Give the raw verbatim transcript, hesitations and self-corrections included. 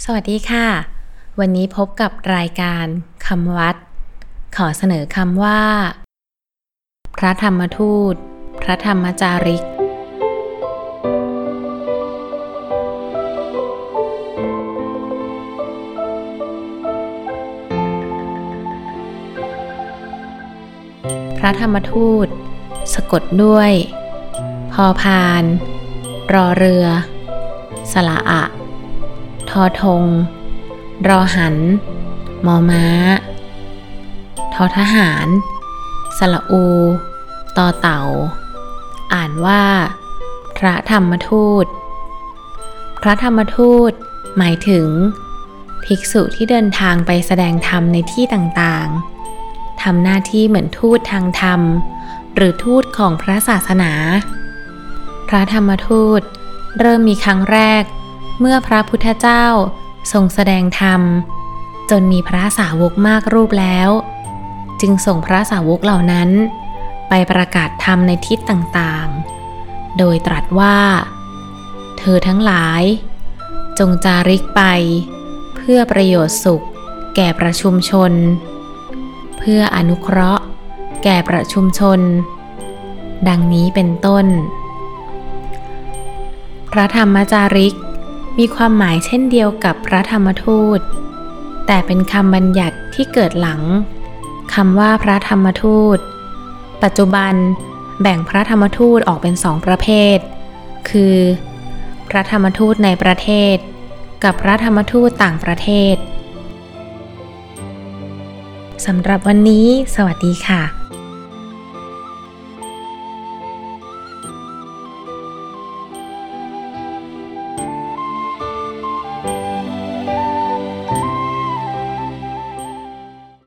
สวัสดีค่ะวันนี้พบกับรายการคำวัดขอเสนอคำว่าพระธรรมทูตพระธรรมจาริกพระธรรมทูตสะกดด้วยพอพานรอเรือสระอะทอทงรอหันมอม้าทอทหารสระอูต่อเต่าอ่านว่าพระธรรมทูตพระธรรมทูตหมายถึงภิกษุที่เดินทางไปแสดงธรรมในที่ต่างๆทำหน้าที่เหมือนทูตทางธรรมหรือทูตของพระศาสนาพระธรรมทูตเริ่มมีครั้งแรกเมื่อพระพุทธเจ้าทรงแสดงธรรมจนมีพระสาวกมากรูปแล้วจึงส่งพระสาวกเหล่านั้นไปประกาศธรรมในทิศต่างๆโดยตรัสว่าเธอทั้งหลายจงจาริกไปเพื่อประโยชน์สุขแก่ประชุมชนเพื่ออนุเคราะห์แก่ประชุมชนดังนี้เป็นต้นพระธรรมจาริกมีความหมายเช่นเดียวกับพระธรรมทูตแต่เป็นคำบัญญัติที่เกิดหลังคำว่าพระธรรมทูตปัจจุบันแบ่งพระธรรมทูตออกเป็นสองประเภทคือพระธรรมทูตในประเทศกับพระธรรมทูตต่างประเทศสำหรับวันนี้สวัสดีค่ะ